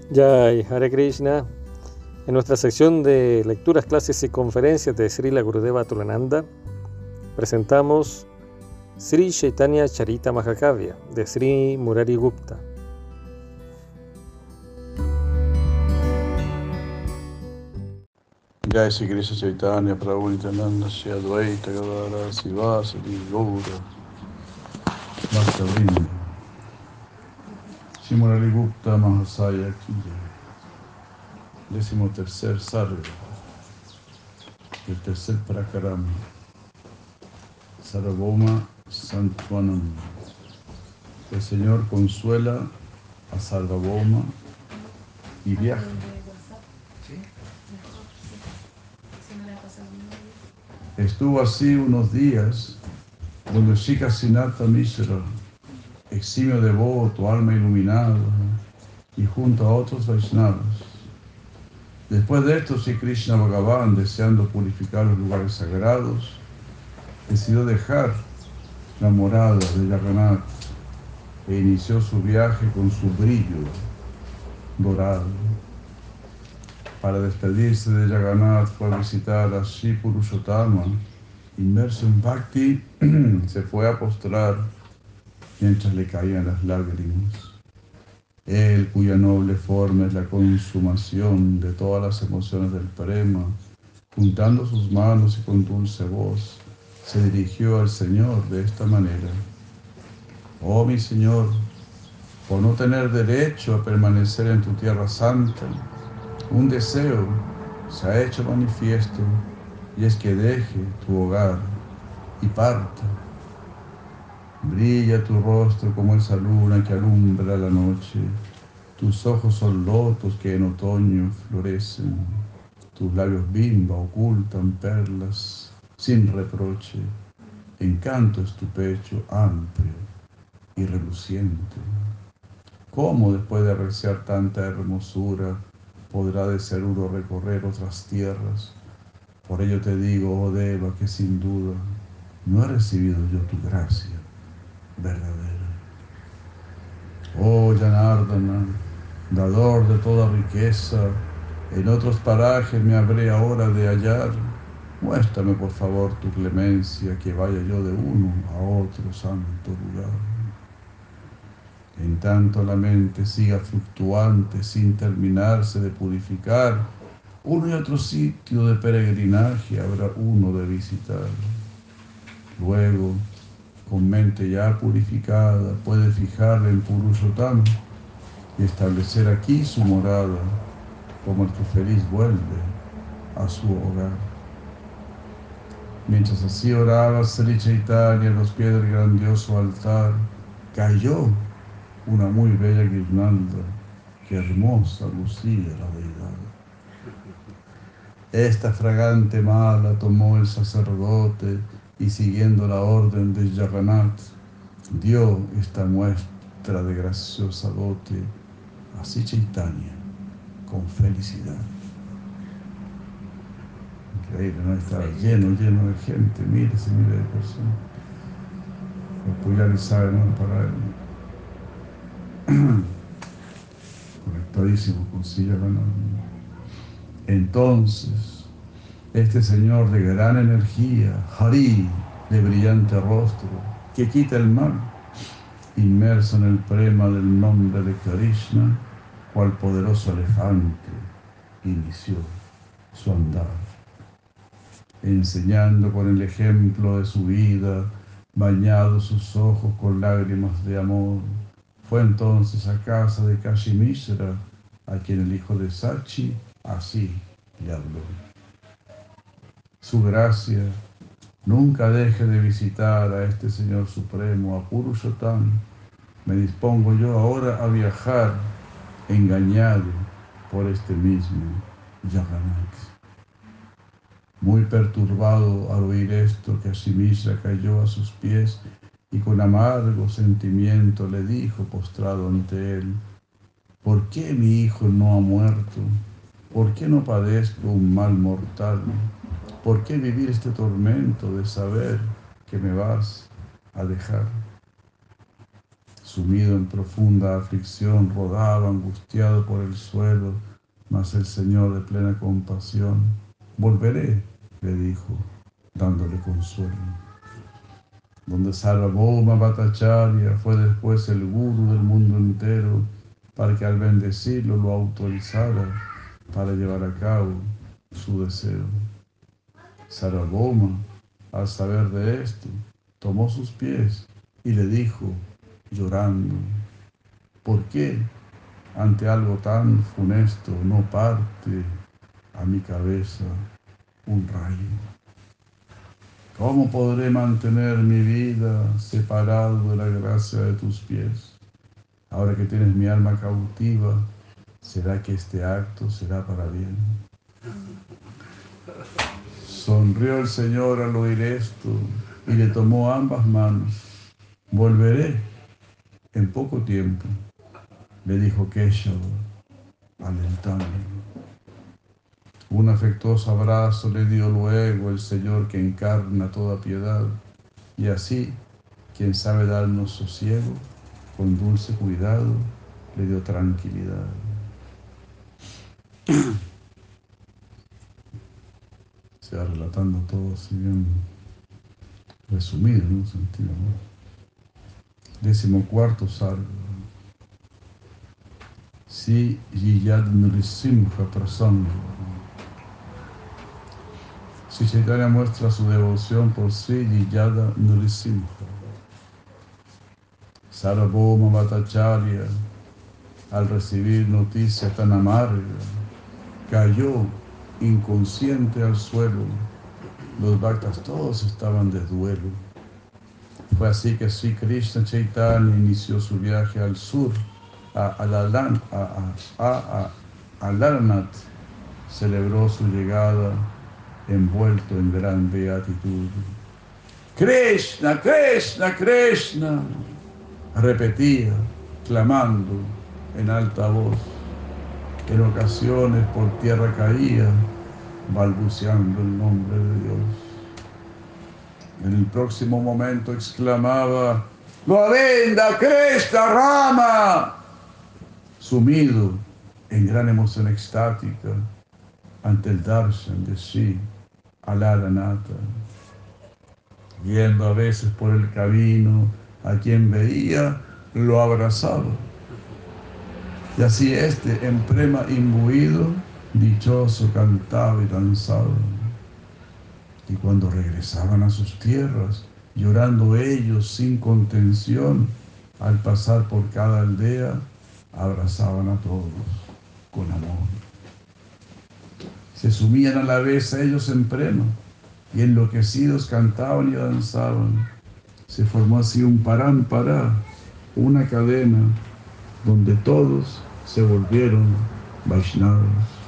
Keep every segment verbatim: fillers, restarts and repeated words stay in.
Jai Hare Krishna. En nuestra sección de lecturas, clases y conferencias de Srila Gurudeva Tulananda presentamos Sri Chaitanya Charita Mahakavya de Sri Murari Gupta. Jai Sri Krishna Chaitanya Prabhu Nityananda Shri Advaita Gadara Sivasati Gaura Bhakta Vrinda Sri Murari Gupta Mahasaya Ki Jai. Décimo tercer sarga, el tercer prakaram, Sarvabhauma Santvanam. El Señor consuela a Sarvabhauma y viaja. Estuvo así unos días donde Shri Kasinatha Mishra, eximio devoto, alma iluminada, y junto a otros Vaishnavas. Después de esto, Sri Krishna Bhagavan, deseando purificar los lugares sagrados, decidió dejar la morada de Jagannath e inició su viaje con su brillo dorado. Para despedirse de Jagannath fue a visitar a Sri Purushottama, inmerso en Bhakti, se fue a postrar mientras le caían las lágrimas. Él, cuya noble forma es la consumación de todas las emociones del prema, juntando sus manos y con dulce voz, se dirigió al Señor de esta manera: Oh mi Señor, por no tener derecho a permanecer en tu tierra santa, un deseo se ha hecho manifiesto, y es que deje tu hogar y parta. Brilla tu rostro como esa luna que alumbra la noche. Tus ojos son lotos que en otoño florecen. Tus labios bimba ocultan perlas sin reproche. Encanto es tu pecho amplio y reluciente. ¿Cómo después de apreciar tanta hermosura podrá de ser uno recorrer otras tierras? Por ello te digo, oh Deva, que sin duda no he recibido yo tu gracia verdadera. Oh Janardana, dador de toda riqueza, en otros parajes me habré ahora de hallar. Muéstrame por favor tu clemencia, que vaya yo de uno a otro santo lugar. En tanto la mente siga fluctuante sin terminarse de purificar, uno y otro sitio de peregrinaje habrá uno de visitar. Luego, con mente ya purificada, puede fijarla en Purushottama y establecer aquí su morada, como el que feliz vuelve a su hogar. Mientras así oraba Sri Chaitanya en los pies del grandioso altar, cayó una muy bella guirnalda, que hermosa lucía la deidad. Esta fragante mala tomó el sacerdote y, siguiendo la orden de Jagannath, dio esta muestra de graciosa dote a Sri Chaitanya con felicidad. Increíble, ¿no? Estaba lleno, lleno de gente, miles y miles de personas. Popularizar, ¿no? Para él. Conectadísimo con Sri Jagannath. Entonces, este señor de gran energía, Hari, de brillante rostro, que quita el mal, inmerso en el prema del nombre de Krishna, cual poderoso elefante, inició su andar, enseñando con el ejemplo de su vida, bañados sus ojos con lágrimas de amor. Fue entonces a casa de Kashi Mishra, a quien el hijo de Sachi así le habló: Su gracia nunca deje de visitar a este Señor Supremo, a Purushottama. Me dispongo yo ahora a viajar, engañado por este mismo Jagannath. Muy perturbado al oír esto, Kashi Mishra cayó a sus pies y con amargo sentimiento le dijo, postrado ante él: ¿Por qué mi hijo no ha muerto? ¿Por qué no padezco un mal mortal? ¿Por qué vivir este tormento de saber que me vas a dejar? Sumido en profunda aflicción, rodaba angustiado por el suelo, mas el Señor de plena compasión, volveré, le dijo, dándole consuelo. Donde Sarvabhauma Bhattacharya fue después el gurú del mundo entero, para que al bendecirlo lo autorizara para llevar a cabo su deseo. Sarvabhauma, al saber de esto, tomó sus pies y le dijo, llorando, ¿por qué ante algo tan funesto no parte a mi cabeza un rayo? ¿Cómo podré mantener mi vida separado de la gracia de tus pies? Ahora que tienes mi alma cautiva, ¿será que este acto será para bien? Sonrió el Señor al oír esto y le tomó ambas manos. Volveré en poco tiempo, le dijo Keshava, alentándolo. Un afectuoso abrazo le dio luego el Señor que encarna toda piedad, y así, quien sabe darnos sosiego, con dulce cuidado, le dio tranquilidad. Se va relatando todo así bien resumido, en un sentido, ¿no? Décimo cuarto sarga. Si Yiyad Nrisimha Prasanga. Sri Chaitanya muestra su devoción por Sri Yiyada Nrisimha. Sarvabhauma Bhattacharya, al recibir noticia tan amarga, cayó inconsciente al suelo. Los bhaktas todos estaban de duelo. Fue así que Sri Krishna Chaitanya inició su viaje al sur, a Alalan, a, a, a, a Alarnath, celebró su llegada envuelto en gran beatitud. Krishna, Krishna, Krishna, repetía, clamando en alta voz. En ocasiones por tierra caía, balbuceando el nombre de Dios. En el próximo momento exclamaba, Govinda, Krishna, Rama, sumido en gran emoción extática ante el darshan de Sri Alalanatha. Yendo a veces por el camino, a quien veía, lo abrazaba. Y así este, en prema imbuido, dichoso cantaba y danzaba. Y cuando regresaban a sus tierras, llorando ellos sin contención, al pasar por cada aldea, abrazaban a todos con amor. Se sumían a la vez a ellos en prema, y enloquecidos cantaban y danzaban. Se formó así un parámpara, una cadena, donde todos se volvieron Vaishnavas.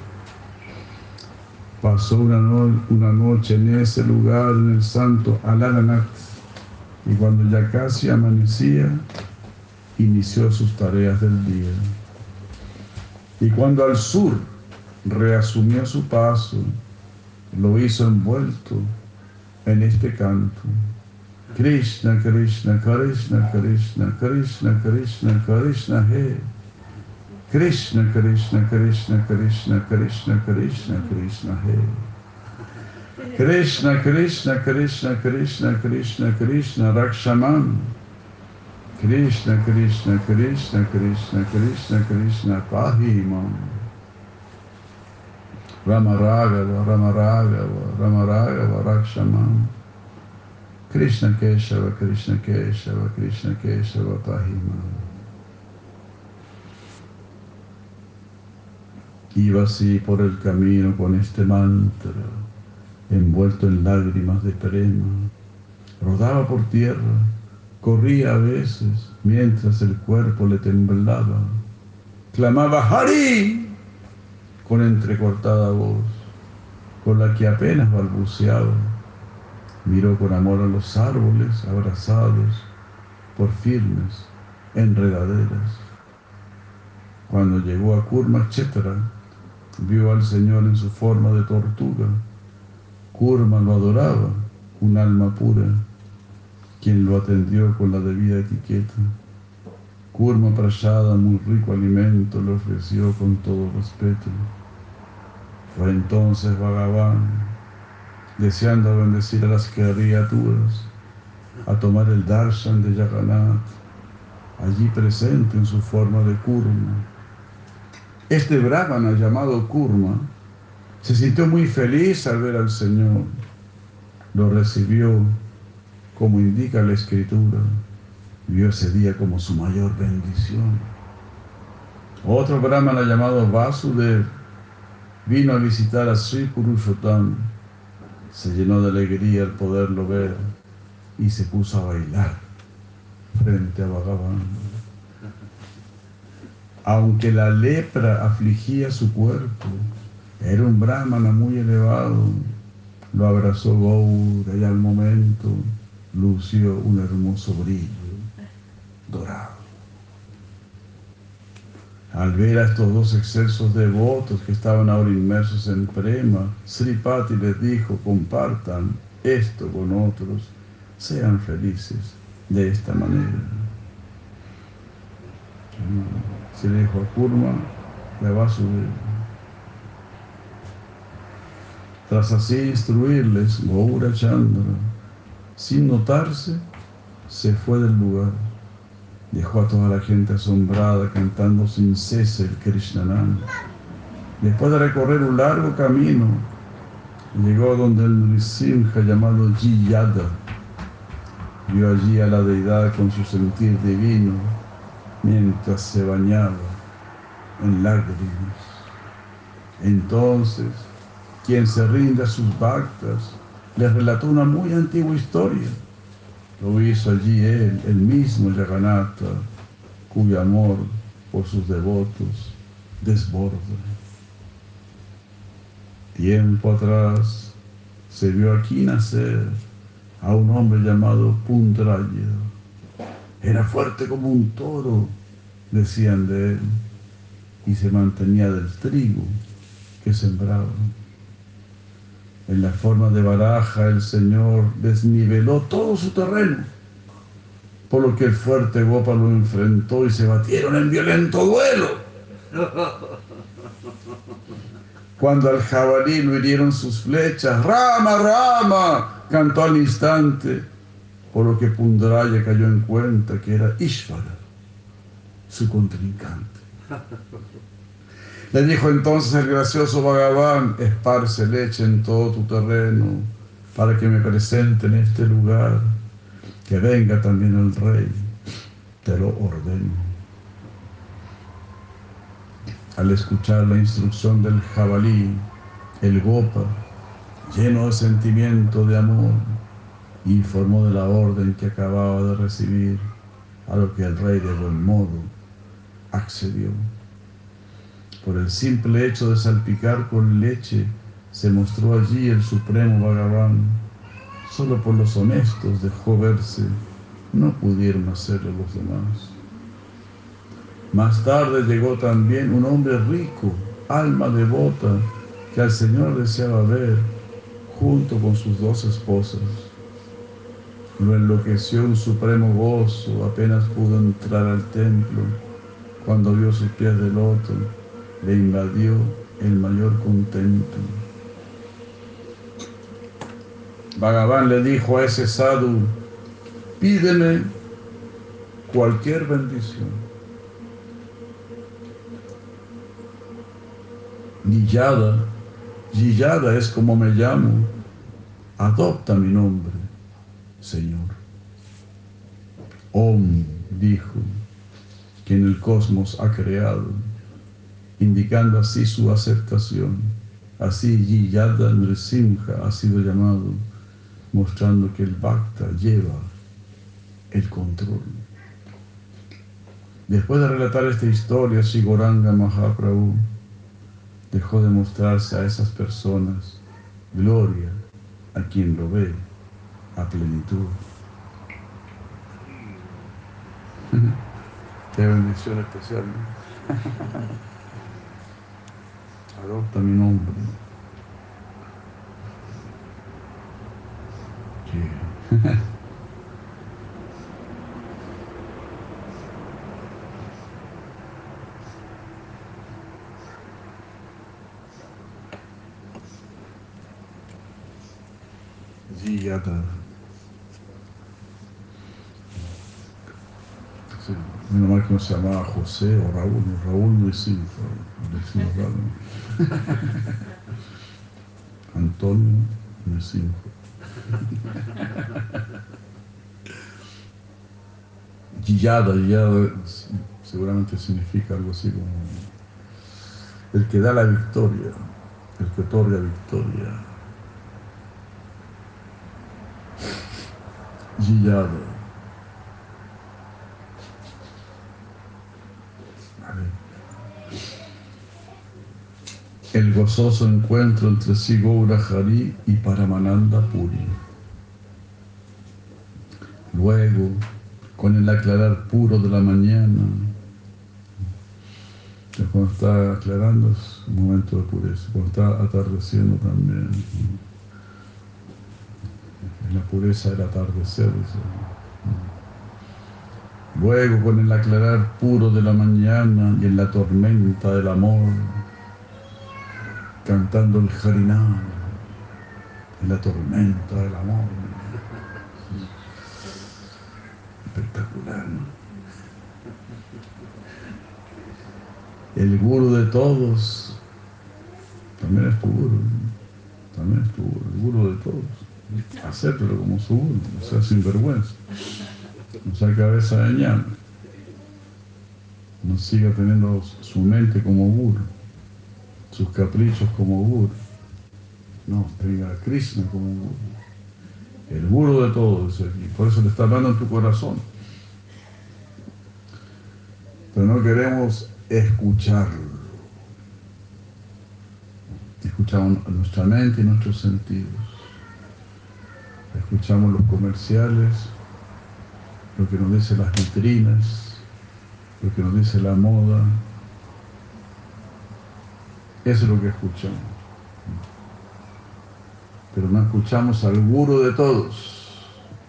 Pasó una, no, una noche en ese lugar, en el santo Alarnath, y cuando ya casi amanecía, inició sus tareas del día. Y cuando al sur reasumió su paso, lo hizo envuelto en este canto. Krishna, Krishna, Krishna, Krishna, Krishna, Krishna, Krishna, He. Krishna, Krishna, Krishna, Krishna, Krishna, Krishna, Krishna, He. Krishna, Krishna, Krishna, Krishna, Krishna, Krishna, Rakshaman. Krishna, Krishna, Krishna, Krishna, Krishna, Krishna, Pahimam. Rama Raghava, Rama Raghava, Rama Raghava, Rakshaman. Krishna Keshava, Krishna Keshava, Krishna Keshava, Pahimam. Iba así por el camino con este mantra, envuelto en lágrimas de prema. Rodaba por tierra, corría a veces, mientras el cuerpo le temblaba. Clamaba Hari con entrecortada voz, con la que apenas balbuceaba. Miró con amor a los árboles abrazados por firmes enredaderas. Cuando llegó a Kurmakshetra, vio al Señor en su forma de tortuga. Kurma lo adoraba, un alma pura, quien lo atendió con la debida etiqueta. Kurma Prasada, muy rico alimento, le ofreció con todo respeto. Fue entonces Bhagavan, deseando bendecir a las criaturas, a tomar el darshan de Jagannath, allí presente en su forma de Kurma. Este brahmana llamado Kurma se sintió muy feliz al ver al Señor. Lo recibió como indica la Escritura. Vio ese día como su mayor bendición. Otro brahmana llamado Vasudev vino a visitar a Sri Purushottam. Se llenó de alegría al poderlo ver y se puso a bailar frente a Bhagavan. Aunque la lepra afligía su cuerpo, era un brahmana muy elevado. Lo abrazó Gaura y al momento lució un hermoso brillo dorado. Al ver a estos dos excelsos devotos que estaban ahora inmersos en prema, Sripati les dijo: compartan esto con otros, sean felices de esta manera. Se le dijo a Kurma y a Vasudeva. Tras así instruirles, Gaura Chandra, sin notarse, se fue del lugar. Dejó a toda la gente asombrada cantando sin cese el Krishnanam. Después de recorrer un largo camino, llegó donde el Nrisimha llamado Jiyada. Vio allí a la deidad con su sentir divino mientras se bañaba en lágrimas. Entonces, quien se rinde a sus bhaktas les relató una muy antigua historia. Lo hizo allí él, el mismo Jagannatha, cuyo amor por sus devotos desborda. Tiempo atrás se vio aquí nacer a un hombre llamado Pundraya. Era fuerte como un toro, decían de él, y se mantenía del trigo que sembraba. En la forma de baraja, el Señor desniveló todo su terreno, por lo que el fuerte Gopa lo enfrentó y se batieron en violento duelo. Cuando al jabalí lo hirieron sus flechas, Rama, Rama, cantó al instante, por lo que Pundraya cayó en cuenta que era Ishvara, su contrincante. Le dijo entonces el gracioso Bhagavan: esparce leche en todo tu terreno para que me presente en este lugar, que venga también el rey, te lo ordeno. Al escuchar la instrucción del jabalí, el Gopa, lleno de sentimiento de amor, informó de la orden que acababa de recibir, a lo que el rey de buen modo accedió. Por el simple hecho de salpicar con leche, se mostró allí el supremo Bhagavan. Solo por los honestos dejó verse, no pudieron hacerlo los demás. Más tarde llegó también un hombre rico, alma devota, que al Señor deseaba ver, junto con sus dos esposas. Lo enloqueció un supremo gozo, apenas pudo entrar al templo. Cuando vio sus pies de loto, le invadió el mayor contento. Bhagavan le dijo a ese sadhu: pídeme cualquier bendición. Niyada, Yiyada es como me llamo, adopta mi nombre, Señor. Om, dijo, quien el cosmos ha creado, indicando así su aceptación. Así Yiyada Nrisimha ha sido llamado, mostrando que el Bhakta lleva el control. Después de relatar esta historia, Sri Gauranga Mahaprabhu dejó de mostrarse a esas personas gloria a quien lo ve a plenitud. Qué bendición especial, ¿no? Adopta mi nombre. Sí. Jiyata. Sí, menos mal que no se llamaba José o Raúl, no, Raúl no hicimos, no hicimos Raúl. Antonio no hicimos. Yiyada, Yiyada seguramente significa algo así como el que da la victoria, el que otorga victoria. Yiyada. Vale. El gozoso encuentro entre Sri Gaura Hari y Paramananda Puri. Luego, con el aclarar puro de la mañana, cuando está aclarando es un momento de pureza, cuando está atardeciendo también, en la pureza del atardecer. Luego, con el aclarar puro de la mañana y en la tormenta del amor, cantando el Harinam, en la tormenta del amor. Espectacular, ¿no? El gurú de todos también es tu gurú, también es tu gurú, el gurú de todos. Acéptalo como su gurú, no sea sinvergüenza, no sea cabeza de ñame, no siga teniendo su mente como gurú, sus caprichos como gurú. No, tenga a Krishna como gurú. El gurú de todos es aquí, por eso le está hablando en tu corazón. Pero no queremos escucharlo. Escuchamos nuestra mente y nuestros sentidos. Escuchamos los comerciales, lo que nos dicen las vitrinas, lo que nos dice la moda. Eso es lo que escuchamos. Pero no escuchamos al gurú de todos,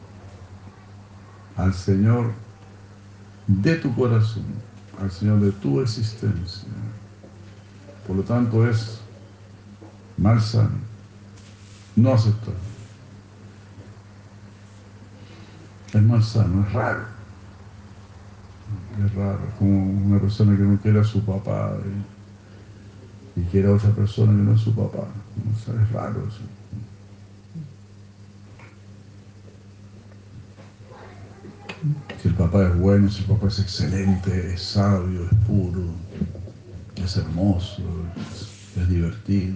al Señor de tu corazón, al Señor de tu existencia. Por lo tanto es malsano no aceptar. Es malsano, es raro. Es raro, es como una persona que no quiere a su papá y, y quiere a otra persona que no es su papá. O sea, es raro eso. Si el papá es bueno, si el papá es excelente, es sabio, es puro, es hermoso, es, es divertido.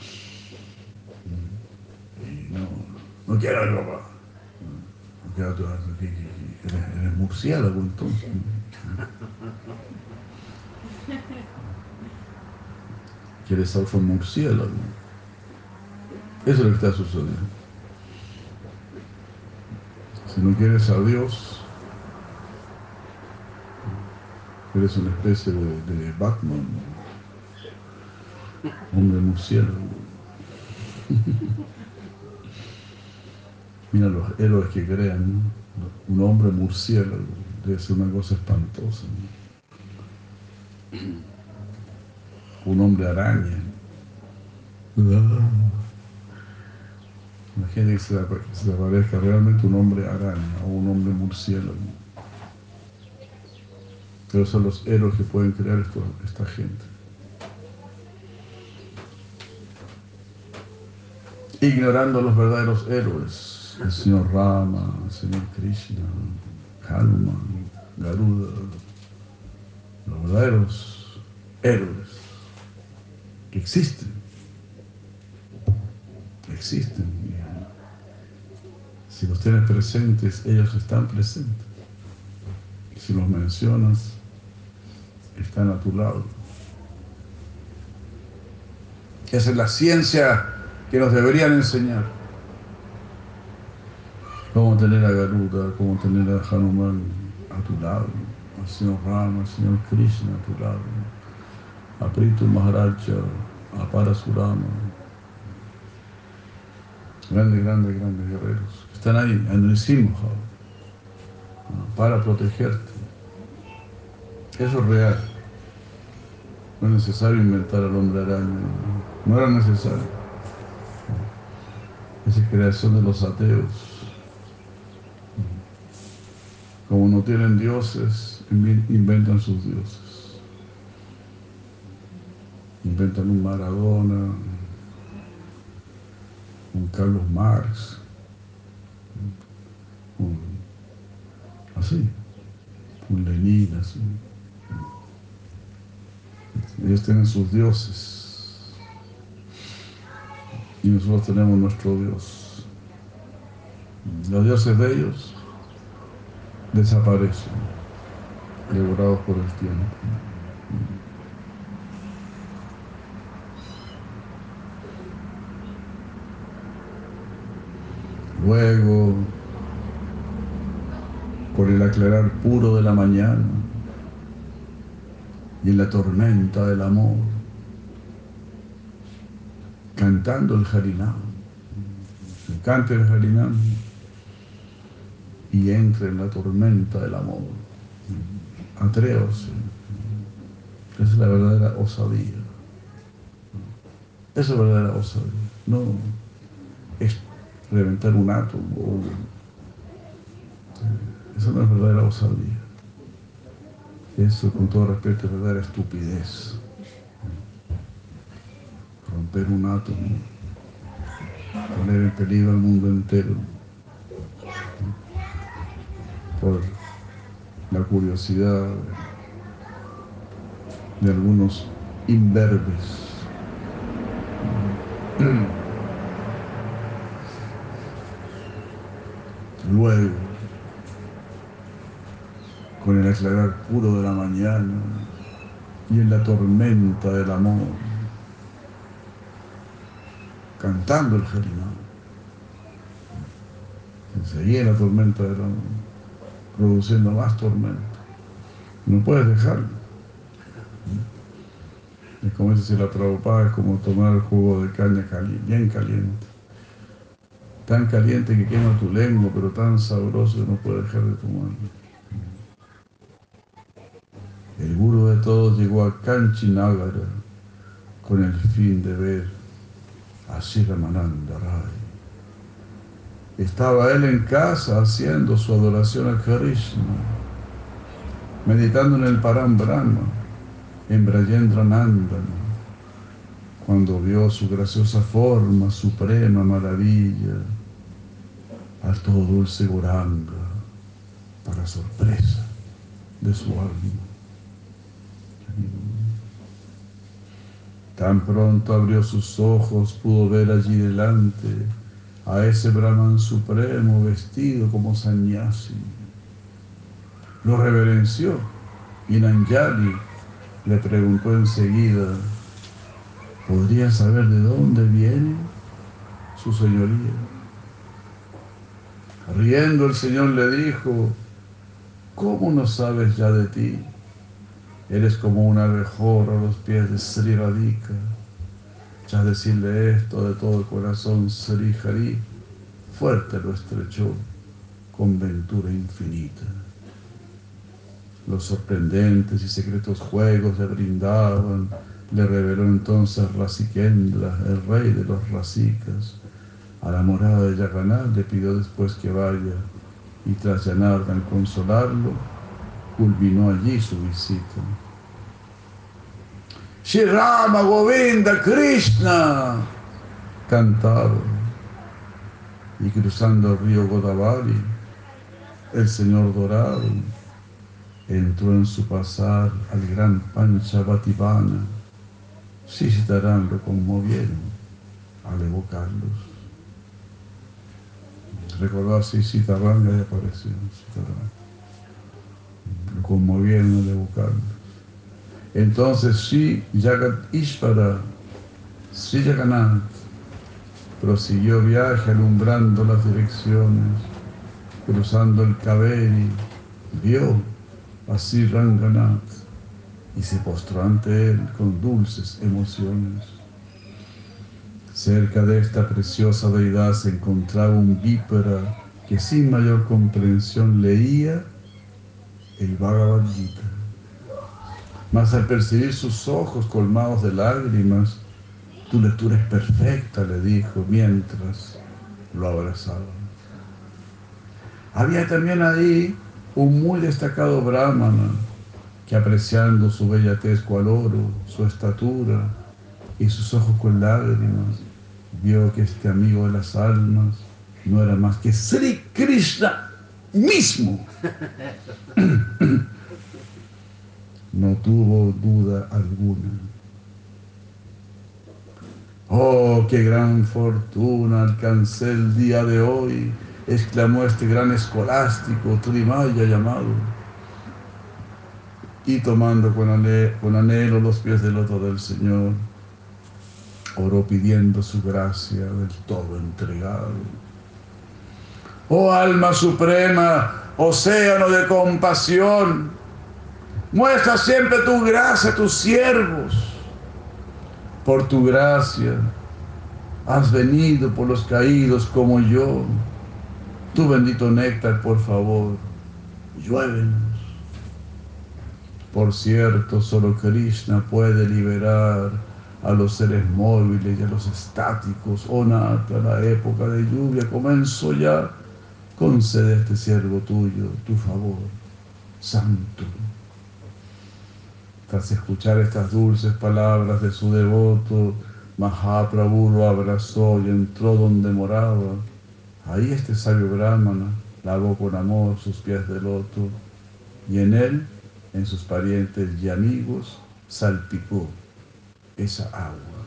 Y no, no quiero al papá. No quiero a tu eres, eres murciélago entonces. Quieres a otro murciélago. Eso es lo que está sucediendo. Si no quieres a Dios, eres una especie de, de Batman, hombre murciélago. Mira los héroes que crean, ¿no? Un hombre murciélago debe ser una cosa espantosa, ¿no? Un hombre araña. Imagínate que se, se aparezca realmente un hombre araña o un hombre murciélago. Pero son los héroes que pueden crear esto, esta gente. Ignorando a los verdaderos héroes, el señor Rama, el señor Krishna, Hanuman, Garuda, los verdaderos héroes que existen, existen. Si los tienes presentes, ellos están presentes. Si los mencionas, están a tu lado. Esa es la ciencia que nos deberían enseñar. Cómo tener a Garuda, cómo tener a Hanuman a tu lado, al señor Rama, al señor Krishna a tu lado, a Prithu Maharaja, a Parasurama. Grandes, grandes, grandes guerreros que están ahí, en el Simha, para protegerte. Eso es real. No es necesario inventar al hombre araña. No era necesario. Ese esa es creación de los ateos. Como no tienen dioses, inventan sus dioses. Inventan un Maradona, un Carlos Marx, un, así, un Lenin, así. Ellos tienen sus dioses y nosotros tenemos nuestro Dios. Los dioses de ellos desaparecen, devorados por el tiempo. Luego, por el aclarar puro de la mañana y en la tormenta del amor, cantando el Harinam, cante el Harinam y entre en la tormenta del amor. Atrévase. Esa es la verdadera osadía. Esa es la verdadera osadía. No es reventar un átomo. Esa no es verdadera osadía. Eso, con todo respeto, es verdadera estupidez. Romper un átomo, poner en peligro al mundo entero por la curiosidad de algunos imberbes. Luego, con el aclarar puro de la mañana y en la tormenta del amor, cantando el Harinam, enseguida en la tormenta del amor, produciendo más tormenta. No puedes dejarlo. Es como dice la Prabhupada, es como tomar el jugo de caña caliente, bien caliente. Tan caliente que quema tu lengua, pero tan sabroso que no puedes dejar de tomarlo. El gurú de todos llegó a Kanchinagara con el fin de ver a Sri Ramananda Rai. Estaba él en casa haciendo su adoración a Krishna, meditando en el Param Brahma, en Brajendranandana, cuando vio su graciosa forma, suprema maravilla, al todo dulce Gauranga, para sorpresa de su alma. Tan pronto abrió sus ojos, pudo ver allí delante a ese Brahman supremo vestido como sannyasi. Lo reverenció y Nanjali le preguntó enseguida: ¿podría saber de dónde viene su señoría? Riendo, el Señor le dijo: ¿cómo no sabes ya de ti? Eres como un abejorro a los pies de Sri Radhika. Ya decirle esto de todo corazón, Sri Hari fuerte lo estrechó con ventura infinita. Los sorprendentes y secretos juegos le brindaban, le reveló entonces Rasikendra, el rey de los Rasikas. A la morada de Jagannath le pidió después que vaya, y tras Janardhan consolarlo, culminó allí su visita. Shri Rama, Govinda, Krishna, cantaba, y cruzando el río Godavari, el Señor dorado entró en su pasar al gran Panchavativana. Sisitarán lo conmovieron al evocarlos. Recordó a Sisitarán y apareció Sisitarán. Lo conmovieron al evocarlos. Entonces Sri Jagat Ishvara, Sri Jagannath, prosiguió viaje alumbrando las direcciones, cruzando el Kaveri, vio a Sri Ranganath y se postró ante él con dulces emociones. Cerca de esta preciosa deidad se encontraba un vípera que sin mayor comprensión leía el Bhagavad Gita. Mas al percibir sus ojos colmados de lágrimas, tu lectura es perfecta, le dijo, mientras lo abrazaba. Había también ahí un muy destacado brahmana que, apreciando su bella tez cual oro, su estatura y sus ojos con lágrimas, vio que este amigo de las almas no era más que Sri Krishna mismo. No tuvo duda alguna. ¡Oh, qué gran fortuna alcancé el día de hoy!, exclamó este gran escolástico Trimaya llamado, y tomando con anhelo, con anhelo los pies del loto del Señor, oró pidiendo su gracia del todo entregado. ¡Oh alma suprema, océano de compasión! Muestra siempre tu gracia a tus siervos. Por tu gracia has venido por los caídos como yo. Tu bendito néctar, por favor, lluévenos. Por cierto, solo Krishna puede liberar a los seres móviles y a los estáticos. Oh Nata, la época de lluvia comenzó ya. Concede a este siervo tuyo tu favor, santo. Tras escuchar estas dulces palabras de su devoto, Mahaprabhu lo abrazó y entró donde moraba. Ahí este sabio brahmana lavó con amor sus pies de loto, y en él, en sus parientes y amigos, salpicó esa agua.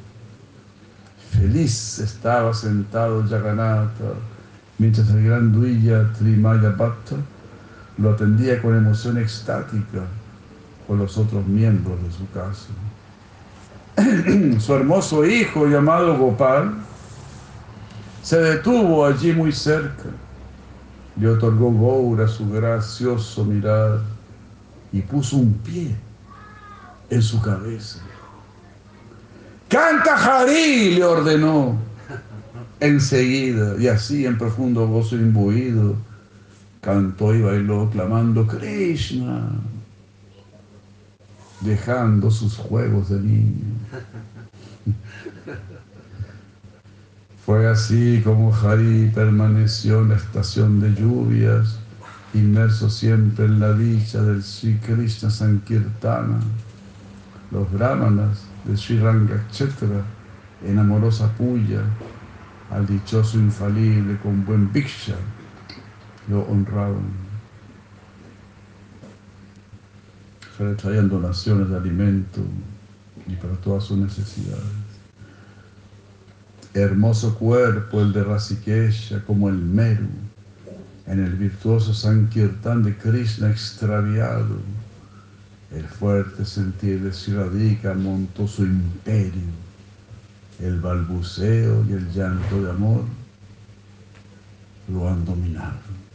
Feliz estaba sentado Jagannatha, mientras el gran Dvija Trimaya Bhatta lo atendía con emoción extática con los otros miembros de su casa. Su hermoso hijo, llamado Gopal, se detuvo allí muy cerca, le otorgó Gaura su gracioso mirar y puso un pie en su cabeza. ¡Canta Hari!, le ordenó enseguida, y así, en profundo gozo imbuido, cantó y bailó clamando Krishna, dejando sus juegos de niño. Fue así como Hari permaneció en la estación de lluvias, inmerso siempre en la dicha del Sri Krishna Sankirtana. Los brahmanas de Sri Rangakshetra, en amorosa puya, al dichoso infalible con buen bhiksha, lo honraban. Se le traían donaciones de alimento y para todas sus necesidades. Hermoso cuerpo el de Rasikesha, como el Meru, en el virtuoso Sankirtan de Krishna extraviado. El fuerte sentir de Sri Radhika montó su imperio. El balbuceo y el llanto de amor lo han dominado.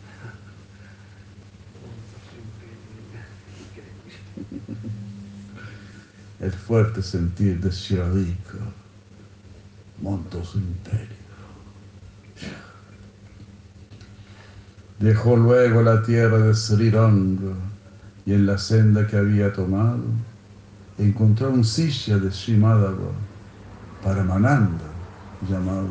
El fuerte sentir de Sri Radhika montó su imperio. Dejó luego la tierra de Sri Ranga y en la senda que había tomado encontró un sishya de Sri Madhava, Paramananda llamado.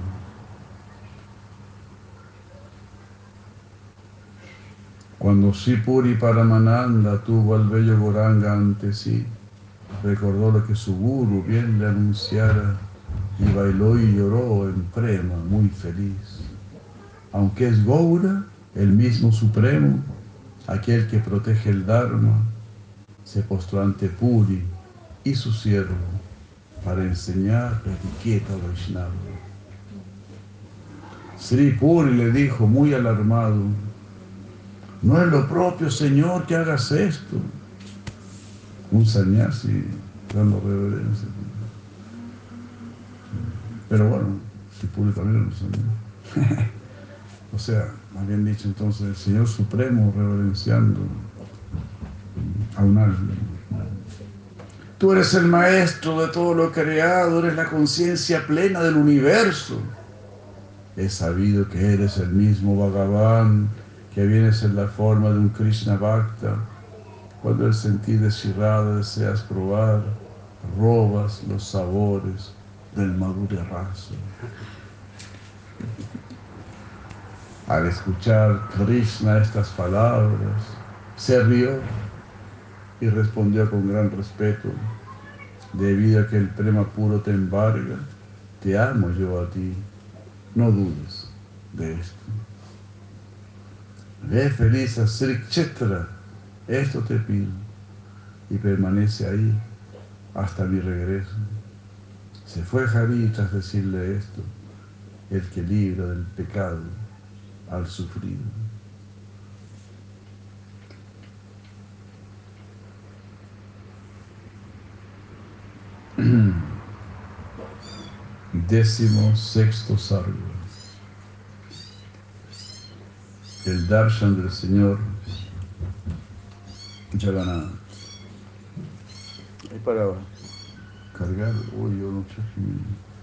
Cuando Sri Puri Paramananda tuvo al bello Gauranga ante sí, recordó lo que su guru bien le anunciara y bailó y lloró en prema muy feliz. Aunque es Gaura, el mismo Supremo, aquel que protege el Dharma, se postró ante Puri y su siervo para enseñar la etiqueta Vaishnava. Sri Puri le dijo muy alarmado: no es lo propio, Señor, que hagas esto. Un sannyasi dando reverencia. Pero bueno, Sri Puri también lo sabía. O sea, más bien dicho, entonces, el Señor Supremo reverenciando a un alma. Tú eres el maestro de todo lo creado, eres la conciencia plena del universo. He sabido que eres el mismo Bhagavan, que vienes en la forma de un Krishna Bhakta. Cuando el sentir de Sri Radha deseas probar, robas los sabores del Madhurya Rasa. Al escuchar Krishna estas palabras, se rió y respondió con gran respeto: debido a que el prema puro te embarga, te amo yo a ti, no dudes de esto. Ve feliz a Sri Kshetra, esto te pido, y permanece ahí hasta mi regreso. Se fue Hari tras decirle esto, el que libra del pecado al sufrido. Décimo sexto sarga. El darshan del Señor Jagannath. Ahí para cargar, uy, yo no traje mi...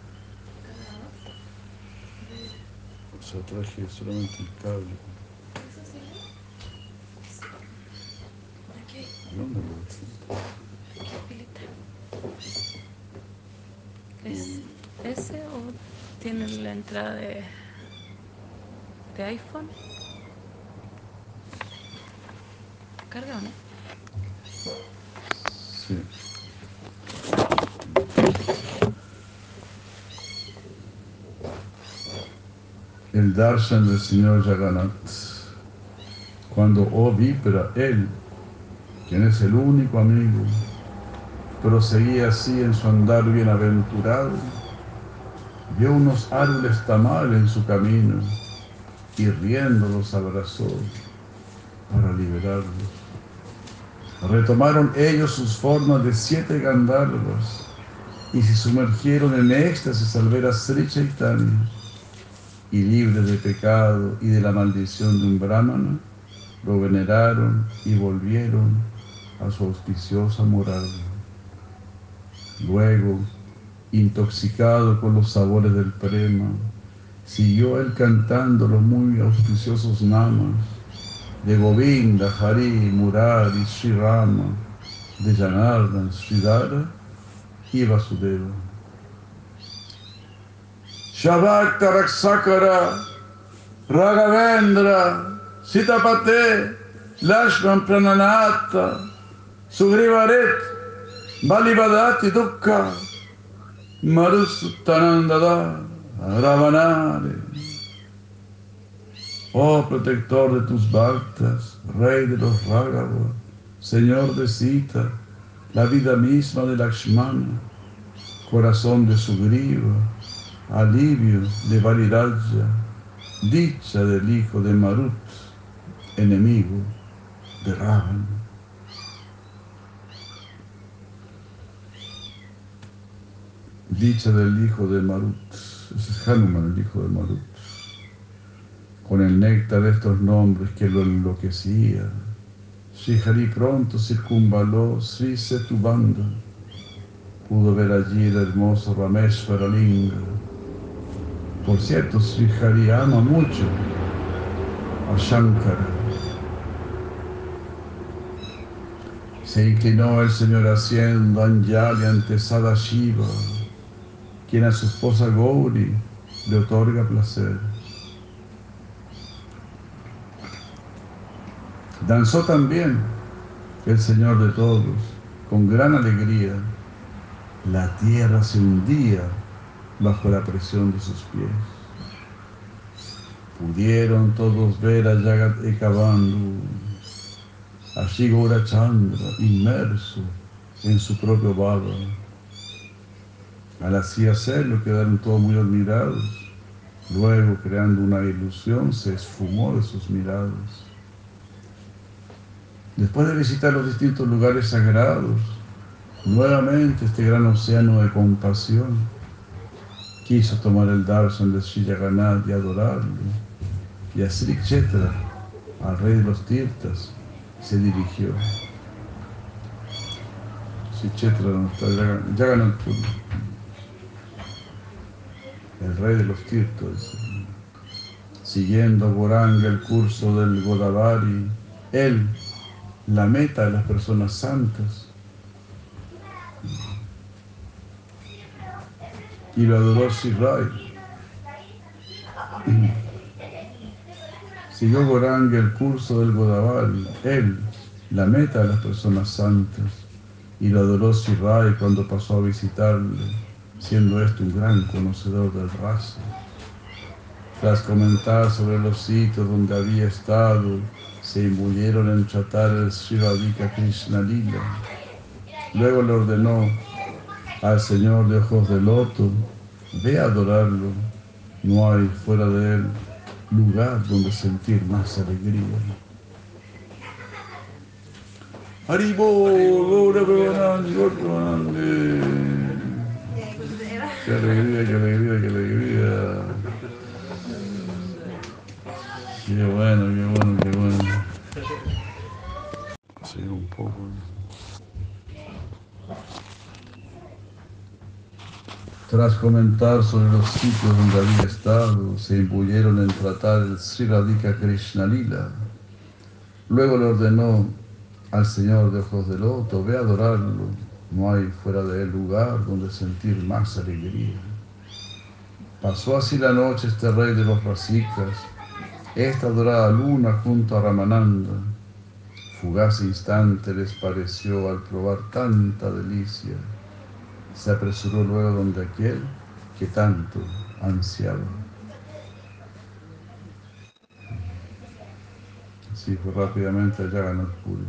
O sea, traje solamente el cable. ¿Dónde lo dejé? Aquí, pilita. ¿Es ese o tiene la entrada de, de iPhone? ¿Carga o no? Sí. El darshan del Señor Jagannath. Cuando, oh Vipra, él, quien es el único amigo, proseguía así en su andar bienaventurado, vio unos árboles tamal en su camino y riendo los abrazó para liberarlos. Retomaron ellos sus formas de siete gandharvas y se sumergieron en éxtasis al ver a Sri Chaitanya, y libres de pecado y de la maldición de un brahmana, lo veneraron y volvieron a su auspiciosa morada. Luego, intoxicado con los sabores del prema, siguió él cantando los muy auspiciosos namas de Govinda, Hari, Murari, Sri Rama, de Janardhan, Sridhara y Vasudeva. Shabakta Raksakara, Raghavendra, Sitapate, Lashman Prananata, Sugrivaret, Balibadati Dukkha, Marusuttanandada, Ravanare. Oh protector de tus bhaktas, rey de los Raghavas, señor de Sita, la vida misma de Lakshmana, corazón de Sugriva, alivio de Valiraja, dicha del hijo de Marut, enemigo de Ravana. Dicha del hijo de Marut, ese es Hanuman, el hijo de Marut. Con el néctar de estos nombres que lo enloquecía, Sri Hari pronto circunvaló Sri Setubanda. Pudo ver allí el hermoso Rameshvara Linga. Por cierto, Sri Hari ama mucho a Shankara. Se inclinó el Señor haciendo Anjali ante Sadashiva, quien a su esposa Gauri le otorga placer. Danzó también el Señor de todos, con gran alegría. La tierra se hundía bajo la presión de sus pies. Pudieron todos ver a Jagat Ekabandhu, a Shri Gaurachandra, inmerso en su propio bhava. Al así hacerlo quedaron todos muy admirados. Luego, creando una ilusión, se esfumó de sus miradas. Después de visitar los distintos lugares sagrados, nuevamente este gran océano de compasión quiso tomar el darshan de Sri Jagannath y adorarlo, y a Sri Kshetra, al rey de los tirtas, se dirigió. Sri Kshetra no está, Jagannath Puri, el rey de los tirtas, siguiendo Goranga el curso del Godavari, él, la meta de las personas santas, y lo adoró Sri Rai. Siguió Goranga el curso del Godavari, él, la meta de las personas santas, y lo adoró Sri Rai cuando pasó a visitarle, siendo este un gran conocedor del rasa. Tras comentar sobre los sitios donde había estado, se imbuyeron en tratar el Sri Radhika Krishna Lila. Luego le ordenó al Señor de ojos de loto: ve a adorarlo, no hay fuera de él lugar donde sentir más alegría. Haribo, Gaura Premanandi, Gaura Premanandi. Qué alegría, qué alegría, qué alegría. Qué bueno, qué bueno, qué bueno. Sí, un poco. Tras comentar sobre los sitios donde había estado, se imbuyeron en tratar el Sri Radhika Krishna Lila. Luego le ordenó al Señor de ojos de loto: ve a adorarlo, no hay fuera de él lugar donde sentir más alegría. Pasó así la noche este rey de los Rasikas, esta dorada luna junto a Ramananda. Fugaz instante les pareció al probar tanta delicia. Se apresuró luego donde aquel que tanto ansiaba. Así fue rápidamente a Jagannath Puri.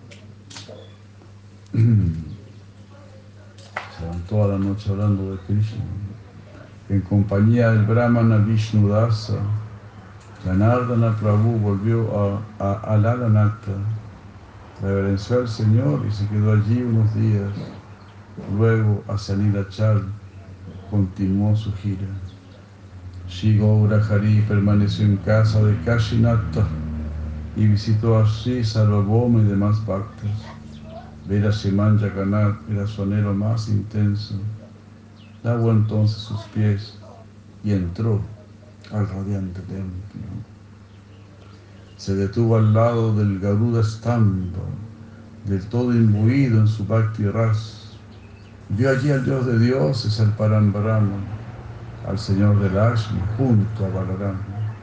Se van toda la noche hablando de Krishna. En compañía del Brahmana Vishnudasa, Janardana Prabhu volvió a, a, a Lalanata, reverenció al Señor y se quedó allí unos días. Luego, hacia Nilachal, continuó su gira. Shri Gaura Hari permaneció en casa de Kashinatha y visitó a Sri Sarvabhauma y demás bhaktas. Ver a Sriman Jagannath era su anhelo más intenso. Lavó entonces sus pies y entró al radiante templo. Se detuvo al lado del Garuda Stamba, del todo imbuido en su Bhakti Ras. Vio allí al Dios de dioses, al Parambrahma, al Señor del Ashmi, junto a Balarama.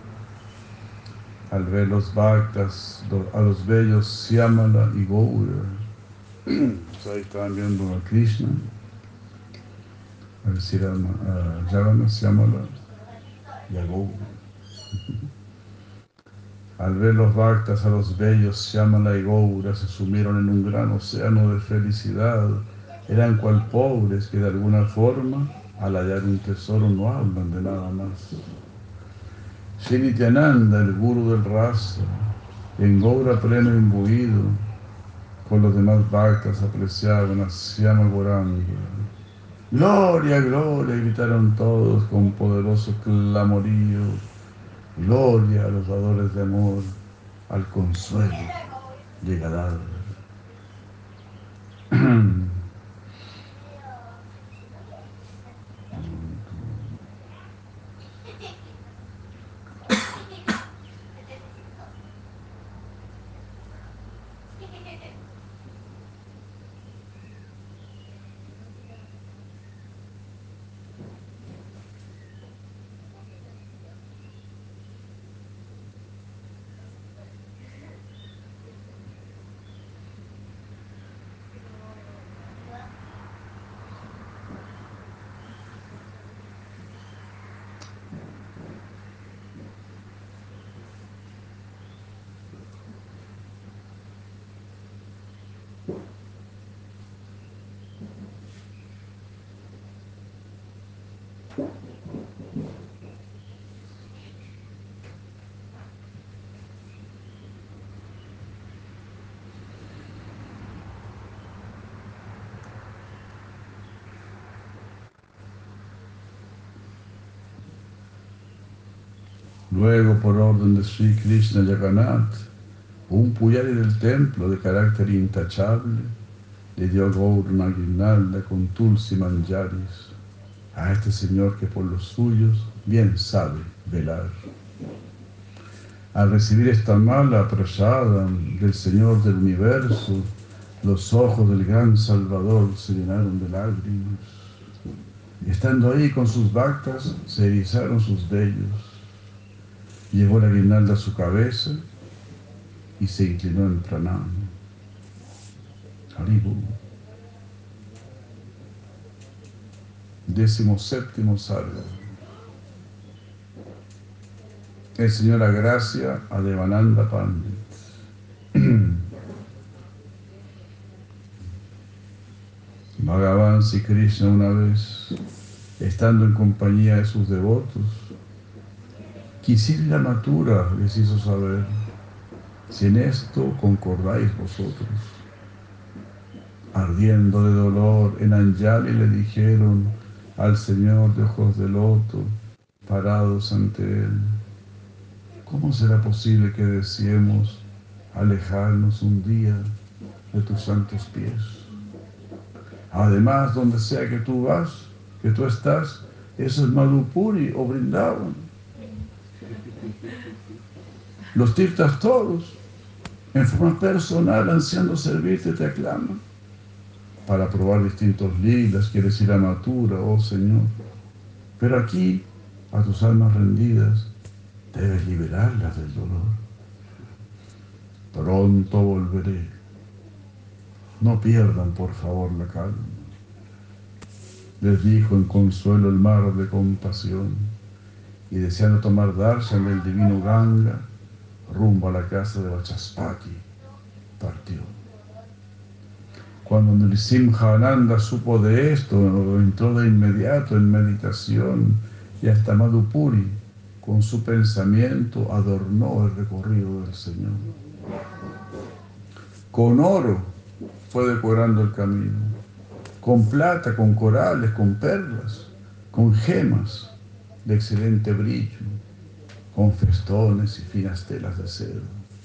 Al ver los Bhaktas, a los bellos Syamala y Gaura, ahí estaban viendo a Krishna, a decir a Jagannath, Syamala y a Gaura. Al ver los Bhaktas, a los bellos Syamala y Gaura, se sumieron en un gran océano de felicidad. Eran cual pobres que de alguna forma, al hallar un tesoro, no hablan de nada más. Sri Nityananda, el guru del rasa, en Gaura pleno imbuido, con los demás Bhaktas apreciaban a Syama Gauranga. ¡Gloria, gloria!, gritaron todos con poderoso clamorío. ¡Gloria a los dadores de amor, al consuelo llegará! Luego, por orden de Sri Krishna Jagannath, un pujari del templo de carácter intachable le dio a Gaur una guirnalda con tulsi manjaris a este señor que por los suyos bien sabe velar. Al recibir esta mala prasada del Señor del Universo, los ojos del gran Salvador se llenaron de lágrimas. Y estando ahí con sus bhaktas, se erizaron sus vellos. llevó la guirnalda a su cabeza y se inclinó en pranam. Haribu. Décimo séptimo sarga. El Señor agracia a Devananda Pandit. Bhagavan Sri Krishna una vez, estando en compañía de sus devotos, Kisila Mathura les hizo saber: si en esto concordáis vosotros. Ardiendo de dolor, en Anjali le dijeron al Señor de ojos de loto, parados ante él: ¿cómo será posible que deseemos alejarnos un día de tus santos pies? Además, donde sea que tú vas, que tú estás, eso es Madhupuri o Vrindavan. Los tirtas todos, en forma personal, ansiando servirte, te aclaman. Para probar distintos lilas, quieres ir a Mathura, oh Señor. Pero aquí, a tus almas rendidas, debes liberarlas del dolor. Pronto volveré. No pierdan, por favor, la calma. Les dijo en consuelo el mar de compasión, y deseando tomar darshan del divino Ganga, rumbo a la casa de Vachaspati, partió. Cuando Nrisimhananda supo de esto, entró de inmediato en meditación, y hasta Madhupuri, con su pensamiento, adornó el recorrido del Señor. Con oro fue decorando el camino, con plata, con corales, con perlas, con gemas de excelente brillo, con festones y finas telas de seda.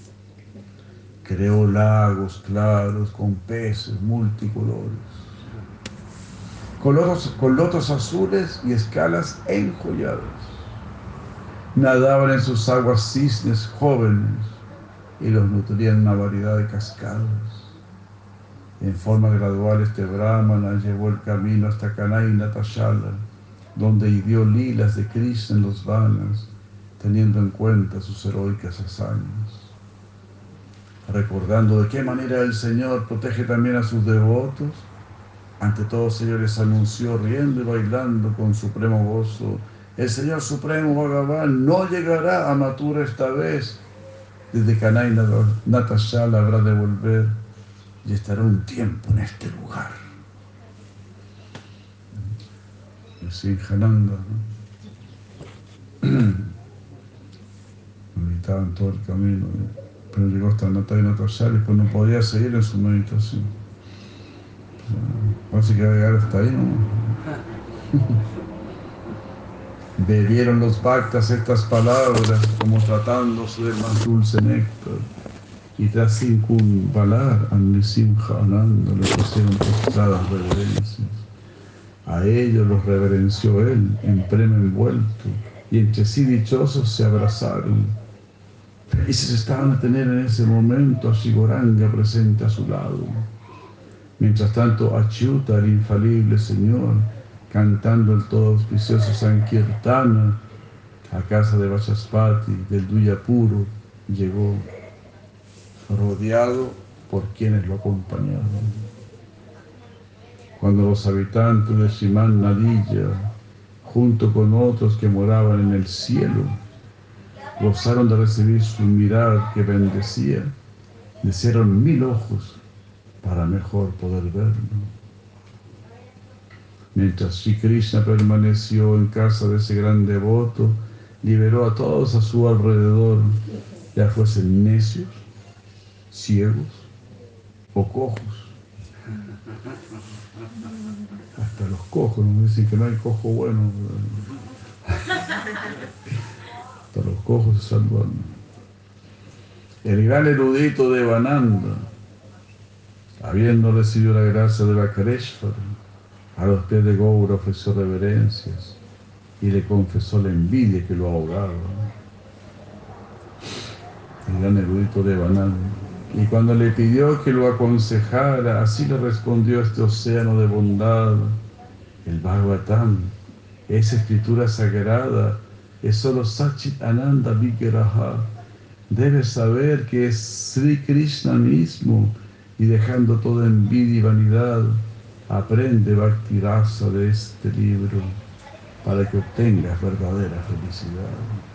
Creó lagos claros con peces multicolores, con lotos, con lotos azules y escalas enjolladas. Nadaban en sus aguas cisnes jóvenes y los nutrían una variedad de cascadas. En forma gradual este Brahmana llevó el camino hasta Kanaina Tashala, donde hirió lilas de Krishna en los vanas, teniendo en cuenta sus heroicas hazañas. Recordando de qué manera el Señor protege también a sus devotos, ante todos ellos les anunció, riendo y bailando con supremo gozo: el Señor Supremo Bhagavan no llegará a Mathura esta vez. Desde Kanaina Natashala habrá de volver y estará un tiempo en este lugar. Así Jananda, ¿no? Meditaba en todo el camino, ¿no? Pero llegó hasta Natashala y Natashala y pues no podía seguir en su meditación. O sea, parece que va a llegar hasta ahí, ¿no? Bebieron los bhaktas estas palabras como tratándose del más dulce néctar, y tras circunvalar a Nrisimhananda le pusieron postradas reverencias. A ellos los reverenció él en premio envuelto, y entre sí dichosos se abrazaron. Felices estaban a tener en ese momento a Shri Gauranga presente a su lado. Mientras tanto, Achyuta, el infalible Señor, cantando el todo auspicioso Sankirtana, a casa de Vachaspati, del Duyapuro, llegó, rodeado por quienes lo acompañaban. Cuando los habitantes de Shriman Nadilla, junto con otros que moraban en el cielo, gozaron de recibir su mirar que bendecía, desearon mil ojos para mejor poder verlo. Mientras Sri Krishna permaneció en casa de ese gran devoto, liberó a todos a su alrededor, ya fuesen necios, ciegos o cojos. Hasta los cojos, nos dicen que no hay cojo bueno. Hasta los cojos se salvan. El gran erudito Devananda, habiendo recibido la gracia de Vakareshvara, a los pies de Gaura ofreció reverencias y le confesó la envidia que lo ahogaba. El gran erudito Devananda. Y cuando le pidió que lo aconsejara, así le respondió este océano de bondad: el Bhagavatam, esa escritura sagrada es solo Sachit Ananda Vigraha. Debes saber que es Sri Krishna mismo y dejando toda envidia y vanidad, aprende Bhakti Rasa de este libro para que obtengas verdadera felicidad.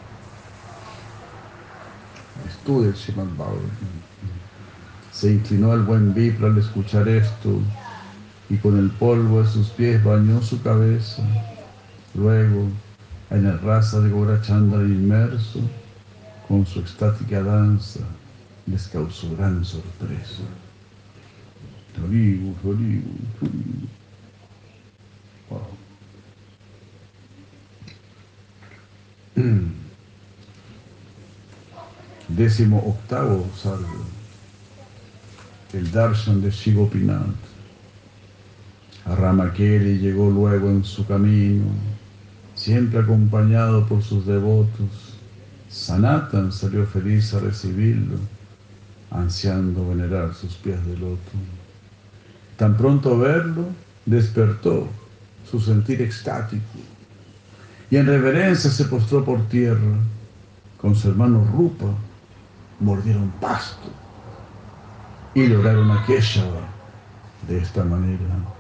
Estudia el Srimad Bhagavatam. Se inclinó el buen Vipra al escuchar esto y con el polvo de sus pies bañó su cabeza. Luego, en el rasa de Gaurachandra inmerso, con su extática danza, les causó gran sorpresa. Haribu, haribu, haribu. Wow. Décimo octavo sargo, el darshan de Shri Gopinath. A Ramakeli llegó luego en su camino, siempre acompañado por sus devotos. Sanatan salió feliz a recibirlo, ansiando venerar sus pies de loto. Tan pronto verlo, despertó su sentir extático y en reverencia se postró por tierra. Con su hermano Rupa mordieron pasto y lograron a Keshava de esta manera,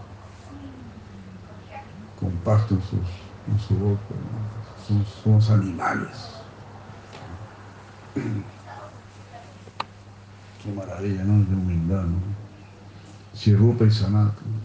con pasto en, sus, en su boca. Somos, somos animales. Qué maravilla, ¿no? De humildad, ¿no? Si Rupa y Sanatana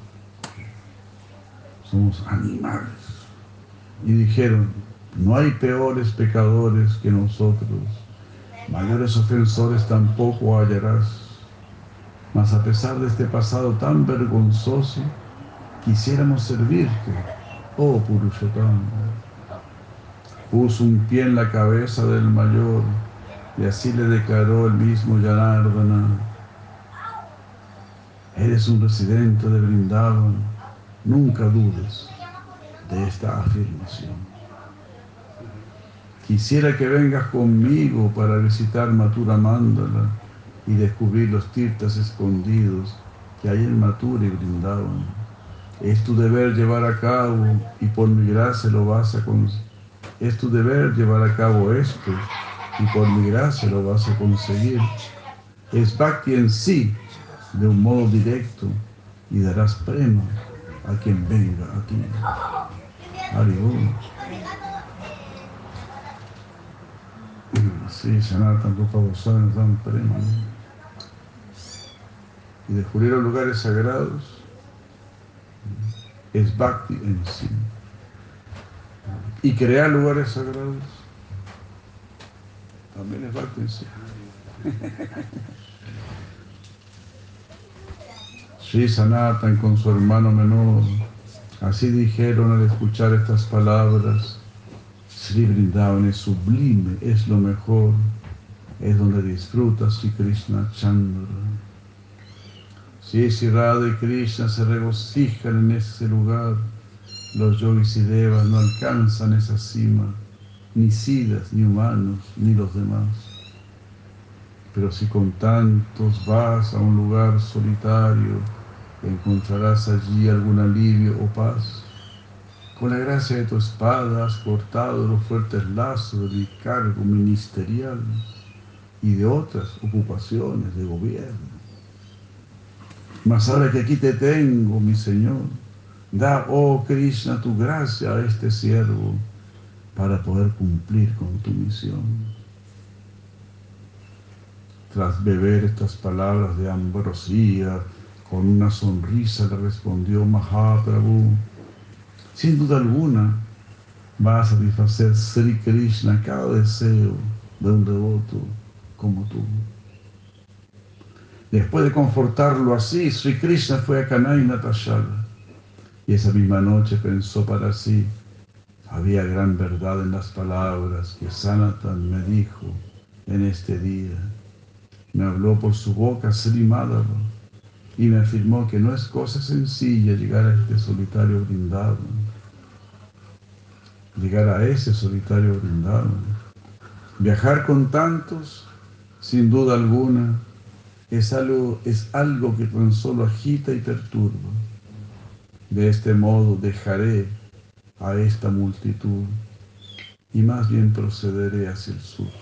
somos animales. Y dijeron, no hay peores pecadores que nosotros, mayores ofensores tampoco hallarás. Mas a pesar de este pasado tan vergonzoso, quisiéramos servirte, oh Purushottama. Puso un pie en la cabeza del mayor y así le declaró el mismo Janardana: eres un residente de Vrindavan, nunca dudes de esta afirmación. Quisiera que vengas conmigo para visitar Mathura Mandala y descubrir los tirtas escondidos que hay en Mathura y Vrindavan. Es tu deber llevar a cabo y por mi gracia lo vas a conseguir. Es tu deber llevar a cabo esto y por mi gracia lo vas a conseguir. Es Bhakti en sí, de un modo directo, y darás premio a quien venga a ti. Haribol. Sí, Sanatana Rupa Goswami nos dan premio. Y descubrieron lugares sagrados. Es Bhakti en sí. Y crear lugares sagrados también es Bhakti en sí. Sri Sanatana con su hermano menor, así dijeron al escuchar estas palabras: Sri Vrindavan es sublime, es lo mejor, es donde disfruta Sri Krishna Chandra. Si Sri Radha y Krishna se regocijan en ese lugar, los yogis y devas no alcanzan esa cima, ni siddhas, ni humanos, ni los demás. Pero si con tantos vas a un lugar solitario, encontrarás allí algún alivio o paz. Con la gracia de tu espada has cortado los fuertes lazos de mi cargo ministerial y de otras ocupaciones de gobierno. Mas ahora que aquí te tengo, mi Señor, da, oh Krishna, tu gracia a este siervo para poder cumplir con tu misión. Tras beber estas palabras de ambrosía, con una sonrisa le respondió Mahaprabhu: sin duda alguna va a satisfacer Sri Krishna cada deseo de un devoto como tú. Después de confortarlo así, Sri Krishna fue a Kanai Natashala y esa misma noche pensó para sí: había gran verdad en las palabras que Sanatana me dijo en este día. Me habló por su boca Sri Madhava y me afirmó que no es cosa sencilla llegar a este solitario Vrindavan. Llegar a ese solitario Vrindavan. Viajar con tantos, sin duda alguna, es algo, es algo que tan solo agita y perturba. De este modo dejaré a esta multitud y más bien procederé hacia el sur.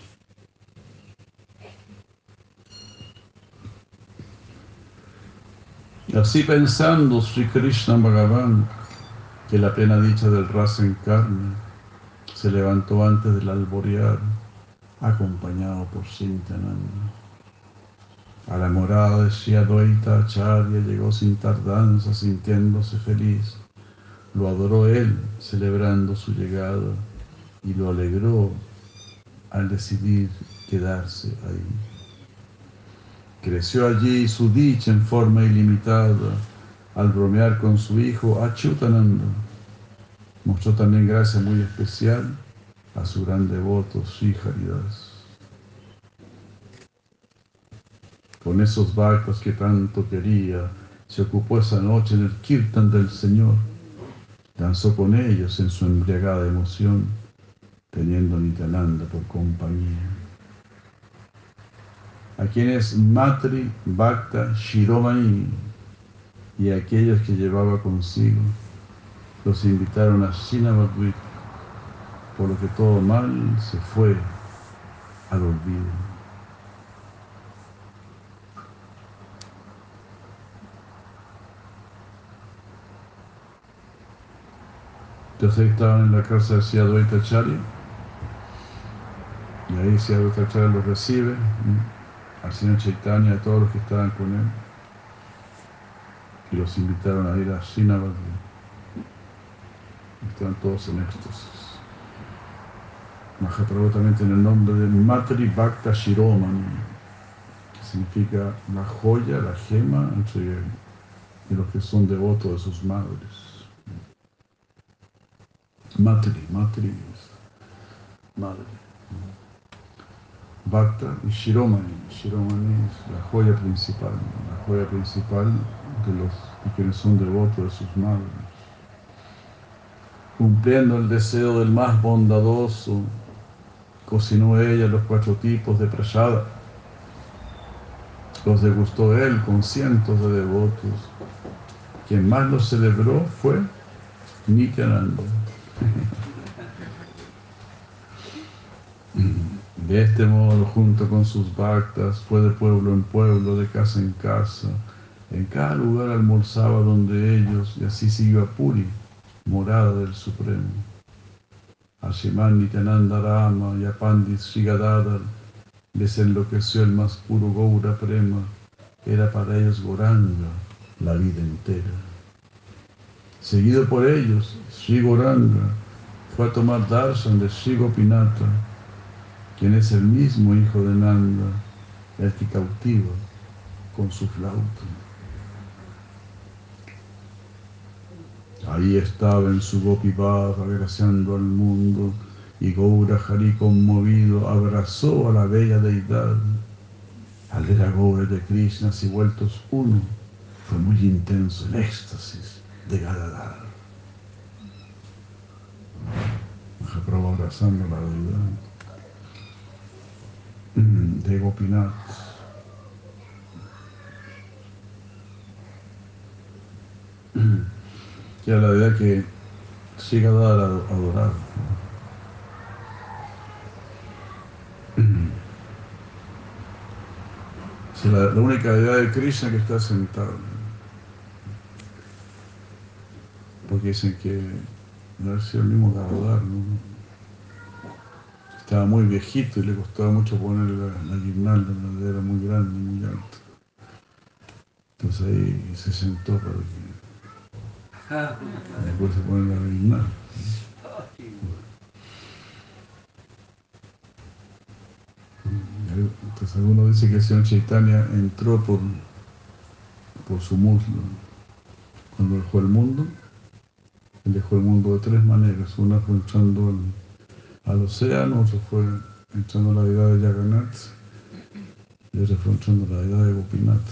Así pensando, Sri Krishna Bhagavan, que la plena dicha del rasa encarna, se levantó antes del alborear, acompañado por Nityananda. A la morada de Sri Advaita Acharya llegó sin tardanza, sintiéndose feliz. Lo adoró él, celebrando su llegada, y lo alegró al decidir quedarse ahí. Creció allí su dicha en forma ilimitada al bromear con su hijo Achyutananda. Mostró también gracia muy especial a su gran devoto Sri Haridas. Con esos bhaktas que tanto quería, se ocupó esa noche en el kirtan del Señor. Danzó con ellos en su embriagada emoción, teniendo a Nityananda por compañía. A quienes Matri, Bhakta, Shiromani y aquellos que llevaba consigo, los invitaron a Srinavadvip, por lo que todo mal se fue al olvido. Entonces estaban en la casa de Sri Advaita Acharya, y ahí Sri Advaita Acharya los recibe, al señor Chaitanya y a todos los que estaban con él, y los invitaron a ir a Srinavadvip. Estaban todos en éxtasis. Mahaprabhu también tiene el nombre de Matri Bhakta Shiromani, que significa la joya, la gema entre los que son devotos de sus madres. Matri, Matri es madre. Bhakta y Shiromani. Shiromani es la joya principal, la joya principal de los de quienes son devotos de sus madres. Cumpliendo el deseo del más bondadoso, cocinó ella los cuatro tipos de prasada. Los degustó él con cientos de devotos. Quien más los celebró fue Nityananda. De este modo, junto con sus bhaktas, fue de pueblo en pueblo, de casa en casa. En cada lugar almorzaba donde ellos, y así siguió a Puri, morada del Supremo. A Sriman Nityananda Rama y a Pandit Sri Gadadhar les enloqueció el más puro Gaura Prema, que era para ellos Goranga la vida entera. Seguido por ellos, Sri Goranga fue a tomar darshan de Sri Gopinatha, quien es el mismo hijo de Nanda, el que cautiva con su flauta. Ahí estaba en su Gopi Bhav agraciando al mundo, y Gaura Hari conmovido abrazó a la bella deidad. Al ver a Gaura de Krishna y vueltos uno, fue muy intenso el éxtasis de Gadadhar. Mahaprabhu abrazando a la deidad de Gopinath. Que era la deidad que Sri Gadadhar adoraba. Es la, la única deidad de Krishna que está sentada. Porque dicen que no era el mismo Gadadhar, ¿no? Estaba muy viejito y le costaba mucho poner la, la guirnalda, la era muy grande, muy alta. Entonces ahí se sentó para que después se pone la guirnalda. Entonces algunos dicen que el señor Chaitanya entró por, por su muslo. Cuando dejó el mundo, él dejó el mundo de tres maneras. Una fue entrando al, al océano, otra fue entrando a la deidad de Jagannath, y otra fue entrando a la deidad de Gopinath.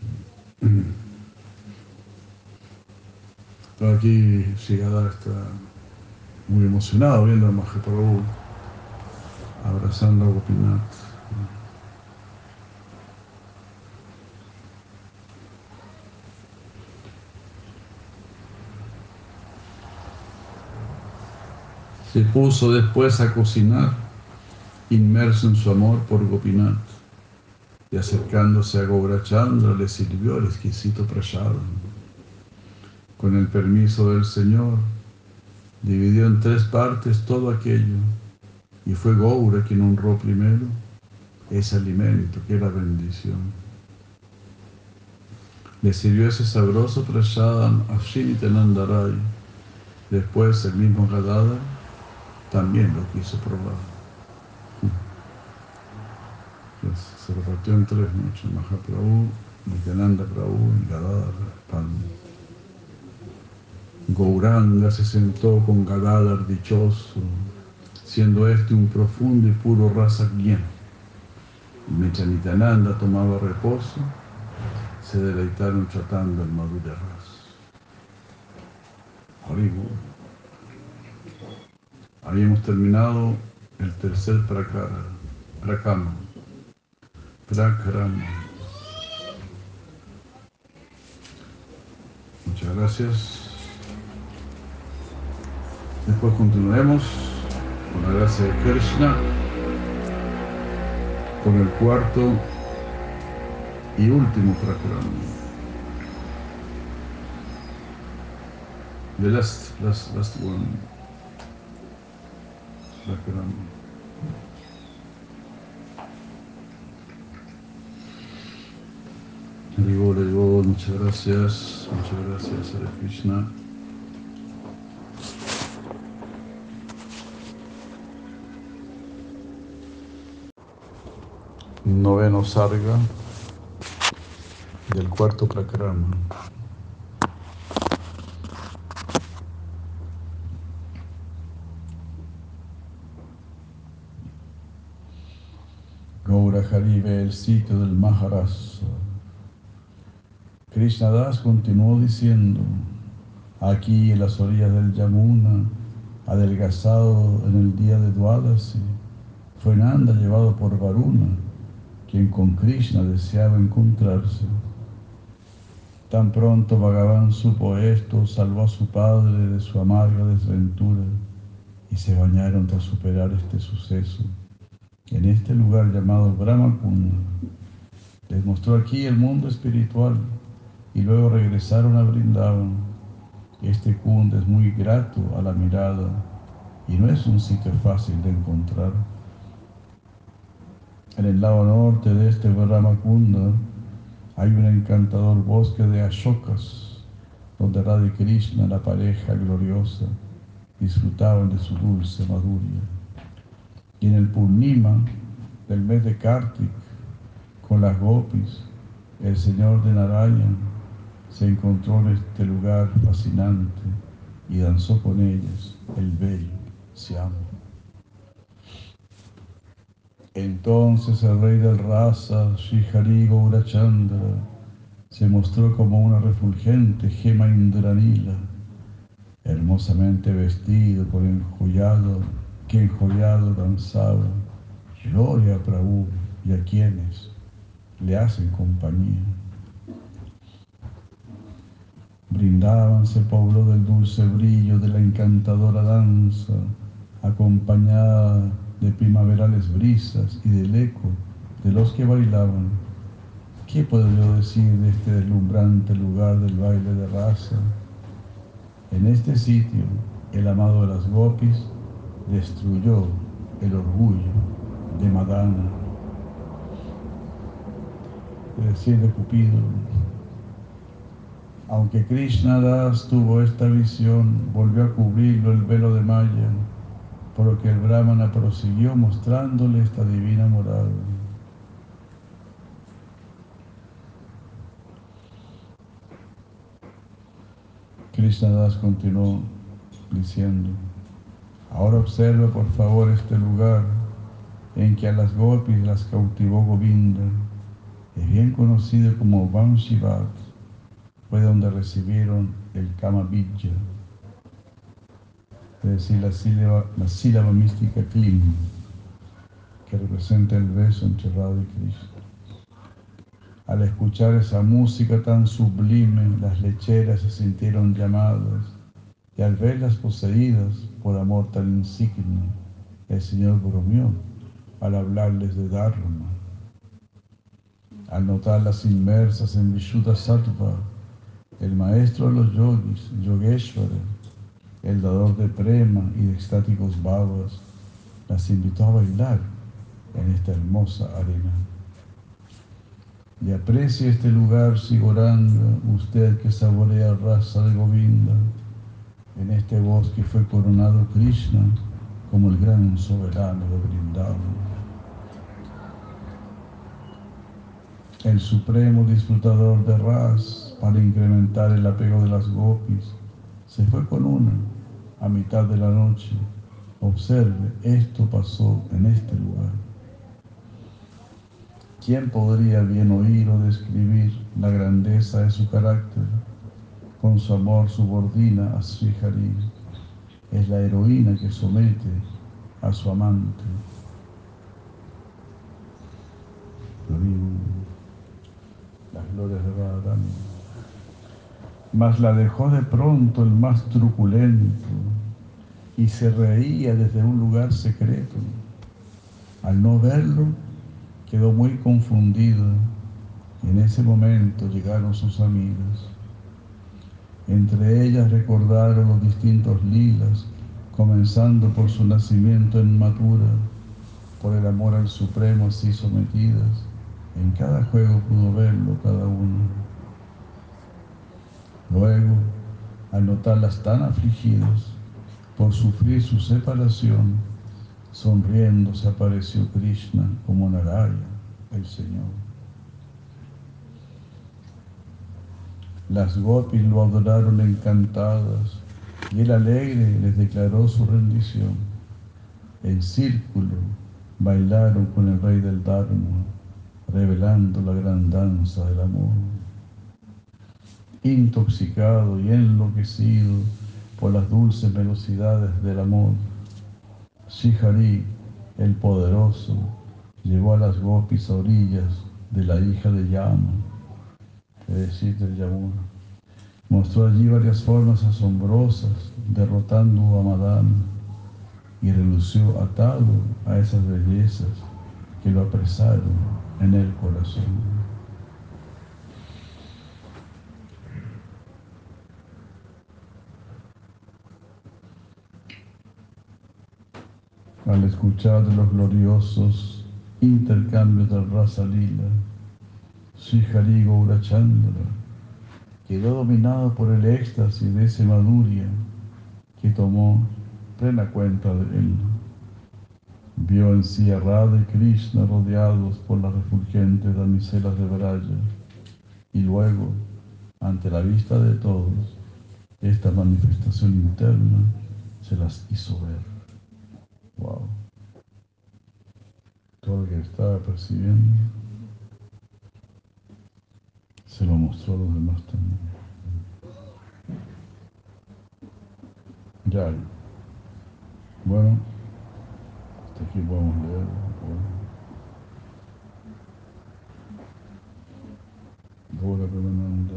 Pero aquí Sri Gadadhar está muy emocionado viendo a Mahaprabhu abrazando a Gopinath. Se puso después a cocinar, inmerso en su amor por Gopinath, y acercándose a Gaurachandra le sirvió el exquisito prasada. Con el permiso del Señor, dividió en tres partes todo aquello, y fue Gaura quien honró primero ese alimento que era bendición. Le sirvió ese sabroso prasadam a Srinityananda Rai. Después el mismo Gadadhar también lo quiso probar. Pues se repartió en tres noches: Mahaprabhu, Nityananda Prabhu y Gadadhar Pandit. Gauranga se sentó con Gadadhar dichoso, siendo este un profundo y puro rasa gyan. Mientras Nityananda tomaba reposo, se deleitaron tratando el Madhurya Rasa. Haribo. Ahí hemos terminado el tercer prakara, prakama, prakrama. Muchas gracias. Después continuaremos con la gracia de Krishna con el cuarto y último prakrama. The last, last, last one. Prakrama. Haribol, Haribol, muchas gracias, muchas gracias, Hare Krishna. Noveno sarga del cuarto prakrama. Gaura Hari ve el sitio del Maharasa. Krishna Das continuó diciendo: aquí en las orillas del Yamuna, adelgazado en el día de Dwadasi, fue Nanda llevado por Varuna, quien con Krishna deseaba encontrarse. Tan pronto Bhagavan supo esto, salvó a su padre de su amarga desventura y se bañaron tras superar este suceso en este lugar llamado Brahmakunda. Les mostró aquí el mundo espiritual y luego regresaron a Vrindavan. Este kunda es muy grato a la mirada y no es un sitio fácil de encontrar. En el lado norte de este Brahmakunda hay un encantador bosque de ashokas, donde Radha y Krishna, la pareja gloriosa, disfrutaban de su dulce madhurya. Y en el Purnima del mes de Kartik, con las gopis, el señor de Narayan se encontró en este lugar fascinante y danzó con ellas el bello Syama. Entonces el rey del Rasa, Sri Hari Gaurachandra, se mostró como una refulgente gema Indranila, hermosamente vestido con enjollado, que enjollado danzaba, gloria a Prabhu y a quienes le hacen compañía. Vrindavan se pobló del dulce brillo de la encantadora danza, acompañada de primaverales brisas y del eco de los que bailaban. ¿Qué puedo yo decir de este deslumbrante lugar del baile de rasa? En este sitio, el amado de las gopis destruyó el orgullo de Madana, es decir, de Cupido. Aunque Krishna Das tuvo esta visión, volvió a cubrirlo el velo de Maya, por lo que el Brahmana prosiguió mostrándole esta divina morada. Krishna Das continuó diciendo: ahora observa por favor este lugar en que a las gopis las cautivó Govinda. Es bien conocido como Vanshivat, fue donde recibieron el Kama Vidya, es decir, la sílaba, la sílaba mística Klim, que representa el beso entre Radha y Krishna. Al escuchar esa música tan sublime, las lecheras se sintieron llamadas Y al verlas poseídas por amor tan insigne, el Señor bromeó al hablarles de Dharma. Al notarlas inmersas en Vishuddha Sattva, el maestro de los yogis, Yogeshvara, el dador de prema y de extáticos bhavas, las invitó a bailar en esta hermosa arena. Y aprecie este lugar, Sigoranga, usted que saborea raza de Govinda. En este bosque fue coronado Krishna como el gran soberano de Vrindavan. El supremo disfrutador de ras, para incrementar el apego de las gopis, se fue con una a mitad de la noche. Observe, esto pasó en este lugar. ¿Quién podría bien oír o describir la grandeza de su carácter? Con su amor subordina a Sri Hari. Es la heroína que somete a su amante. Las glorias de Radharani. Mas la dejó de pronto el más truculento y se reía desde un lugar secreto. Al no verlo, quedó muy confundido y en ese momento llegaron sus amigas. Entre ellas recordaron los distintos lilas, comenzando por su nacimiento en Mathura, por el amor al Supremo así sometidas. En cada juego pudo verlo cada uno. Luego, al notarlas tan afligidas por sufrir su separación, sonriendo se apareció Krishna como Narayana, el Señor. Las gopis lo adoraron encantadas y él alegre les declaró su rendición. En círculo bailaron con el rey del Dharma, revelando la gran danza del amor. Intoxicado y enloquecido por las dulces velocidades del amor, Sri Hari, el poderoso, llevó a las gopis a orillas de la hija de Yama, es decir, del Yamuna. Mostró allí varias formas asombrosas, derrotando a Madana, y relució atado a esas bellezas que lo apresaron en el corazón. Al escuchar de los gloriosos intercambios del Rasa Lila, Sri Hari Gaurachandra quedó dominado por el éxtasis de ese Madhurya que tomó plena cuenta de él. Vio en sí a Radha y Krishna rodeados por las refulgentes damiselas de Braya, y luego, ante la vista de todos, esta manifestación interna se las hizo ver. Wow. Todo lo que estaba percibiendo se lo mostró a los demás también. Ya. Bueno, hasta aquí podemos leer. Gaura Premananda.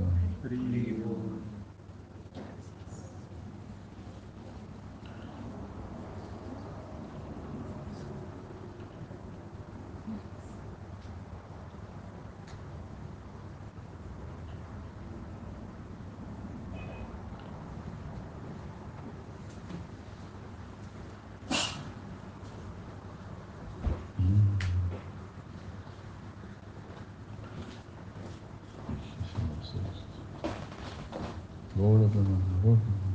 Gaura Premananda.